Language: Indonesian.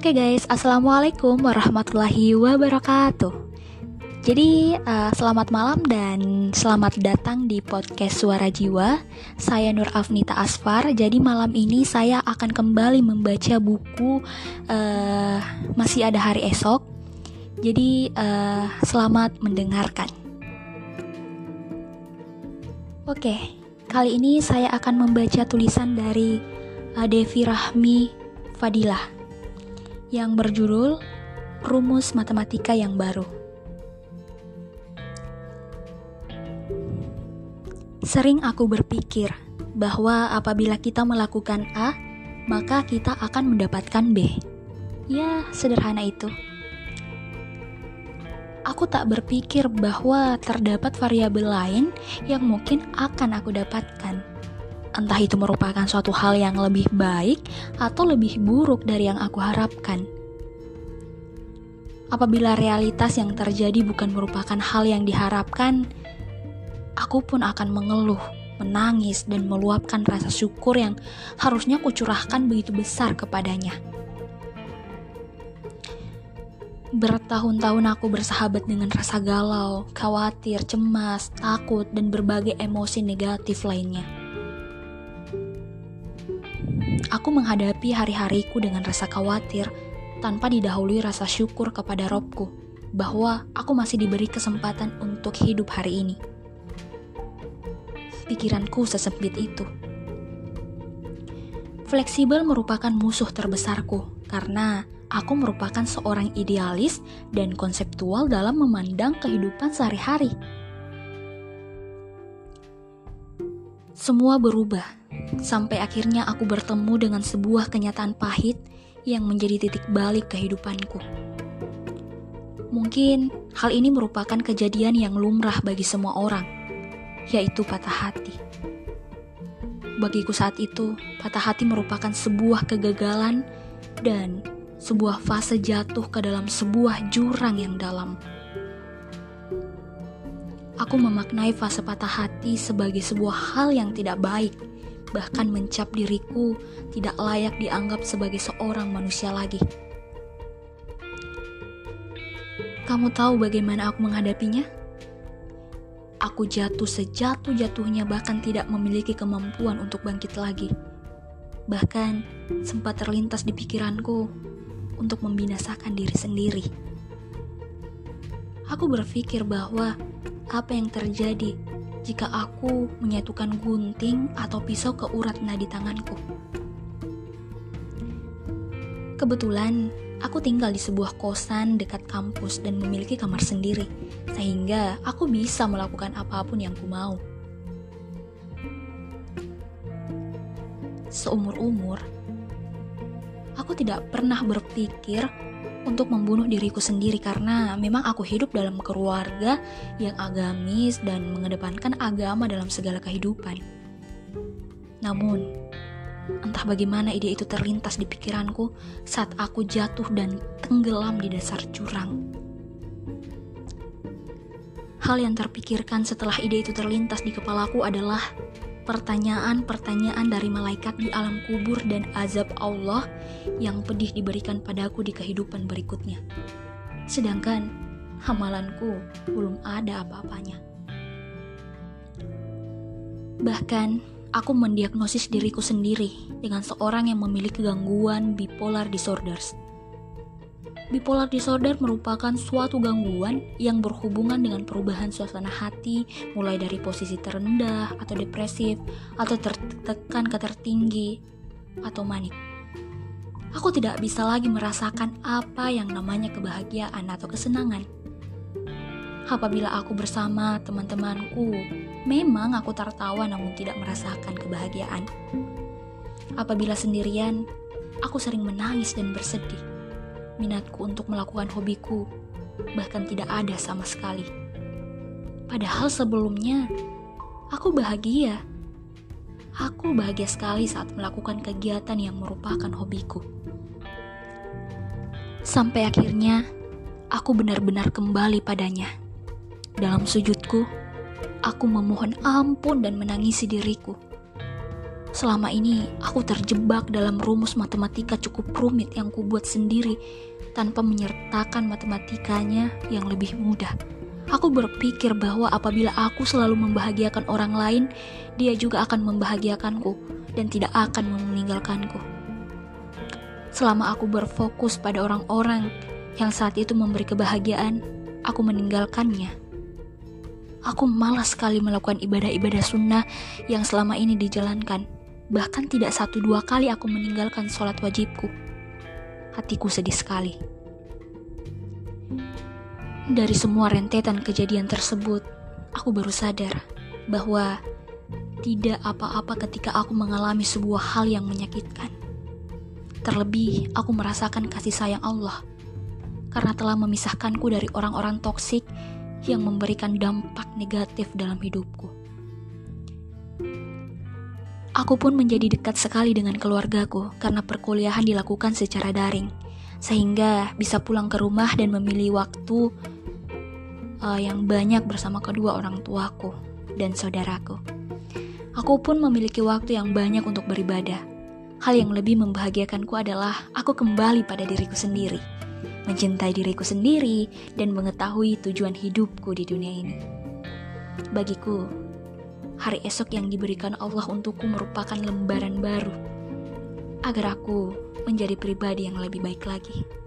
Oke guys, Assalamualaikum warahmatullahi wabarakatuh. Jadi selamat malam dan selamat datang di podcast Suara Jiwa. Saya Nur Afnita Asfar. Jadi malam ini saya akan kembali membaca buku Masih Ada Hari Esok. Jadi selamat mendengarkan. Oke, kali ini saya akan membaca tulisan dari Devi Rahmi Fadilah yang berjudul Rumus Matematika yang Baru. Sering aku berpikir bahwa apabila kita melakukan A, maka kita akan mendapatkan B. Ya, sederhana itu. Aku tak berpikir bahwa terdapat variabel lain yang mungkin akan aku dapatkan. Entah itu merupakan suatu hal yang lebih baik atau lebih buruk dari yang aku harapkan. Apabila realitas yang terjadi bukan merupakan hal yang diharapkan, aku pun akan mengeluh, menangis, dan meluapkan rasa syukur yang harusnya kucurahkan begitu besar kepadanya. Bertahun-tahun aku bersahabat dengan rasa galau, khawatir, cemas, takut, dan berbagai emosi negatif lainnya. Aku menghadapi hari-hariku dengan rasa khawatir tanpa didahului rasa syukur kepada Robku bahwa aku masih diberi kesempatan untuk hidup hari ini. Pikiranku sesempit itu. Fleksibel merupakan musuh terbesarku karena aku merupakan seorang idealis dan konseptual dalam memandang kehidupan sehari-hari. Semua berubah. Sampai akhirnya aku bertemu dengan sebuah kenyataan pahit yang menjadi titik balik kehidupanku. Mungkin hal ini merupakan kejadian yang lumrah bagi semua orang, yaitu patah hati. Bagiku saat itu, patah hati merupakan sebuah kegagalan dan sebuah fase jatuh ke dalam sebuah jurang yang dalam. Aku memaknai fase patah hati sebagai sebuah hal yang tidak baik, bahkan mencap diriku tidak layak dianggap sebagai seorang manusia lagi. Kamu tahu bagaimana aku menghadapinya? Aku jatuh sejatuh-jatuhnya, bahkan tidak memiliki kemampuan untuk bangkit lagi. Bahkan sempat terlintas di pikiranku untuk membinasakan diri sendiri. Aku berpikir bahwa apa yang terjadi jika aku menyatukan gunting atau pisau ke urat nadi tanganku. Kebetulan, aku tinggal di sebuah kosan dekat kampus dan memiliki kamar sendiri, sehingga aku bisa melakukan apapun yang ku mau. Seumur-umur, aku tidak pernah berpikir untuk membunuh diriku sendiri karena memang aku hidup dalam keluarga yang agamis dan mengedepankan agama dalam segala kehidupan. Namun, entah bagaimana ide itu terlintas di pikiranku saat aku jatuh dan tenggelam di dasar jurang. Hal yang terpikirkan setelah ide itu terlintas di kepalaku adalah pertanyaan-pertanyaan dari malaikat di alam kubur dan azab Allah yang pedih diberikan padaku di kehidupan berikutnya. Sedangkan amalanku belum ada apa-apanya. Bahkan, aku mendiagnosis diriku sendiri dengan seorang yang memiliki gangguan bipolar disorders. Bipolar disorder merupakan suatu gangguan yang berhubungan dengan perubahan suasana hati, mulai dari posisi terendah atau depresif, atau tertekan ke tertinggi, atau manik. Aku tidak bisa lagi merasakan apa yang namanya kebahagiaan atau kesenangan. Apabila aku bersama teman-temanku, memang aku tertawa namun tidak merasakan kebahagiaan. Apabila sendirian, aku sering menangis dan bersedih. Minatku untuk melakukan hobiku bahkan tidak ada sama sekali. Padahal sebelumnya, aku bahagia. Aku bahagia sekali saat melakukan kegiatan yang merupakan hobiku. Sampai akhirnya, aku benar-benar kembali padanya. Dalam sujudku, aku memohon ampun dan menangisi diriku. Selama ini aku terjebak dalam rumus matematika cukup rumit yang kubuat sendiri tanpa menyertakan matematikanya yang lebih mudah. Aku berpikir bahwa apabila aku selalu membahagiakan orang lain, dia juga akan membahagiakanku dan tidak akan meninggalkanku. Selama aku berfokus pada orang-orang yang saat itu memberi kebahagiaan, aku meninggalkannya. Aku malas sekali melakukan ibadah-ibadah sunnah yang selama ini dijalankan. Bahkan tidak 1-2 kali aku meninggalkan sholat wajibku. Hatiku sedih sekali. Dari semua rentetan kejadian tersebut, aku baru sadar bahwa tidak apa-apa ketika aku mengalami sebuah hal yang menyakitkan. Terlebih, aku merasakan kasih sayang Allah karena telah memisahkanku dari orang-orang toksik yang memberikan dampak negatif dalam hidupku. Aku pun menjadi dekat sekali dengan keluargaku karena perkuliahan dilakukan secara daring, sehingga bisa pulang ke rumah dan memilih waktu yang banyak bersama kedua orang tuaku dan saudaraku. Aku pun memiliki waktu yang banyak untuk beribadah. Hal yang lebih membahagiakanku adalah aku kembali pada diriku sendiri, mencintai diriku sendiri, dan mengetahui tujuan hidupku di dunia ini. Bagiku, hari esok yang diberikan Allah untukku merupakan lembaran baru, agar aku menjadi pribadi yang lebih baik lagi.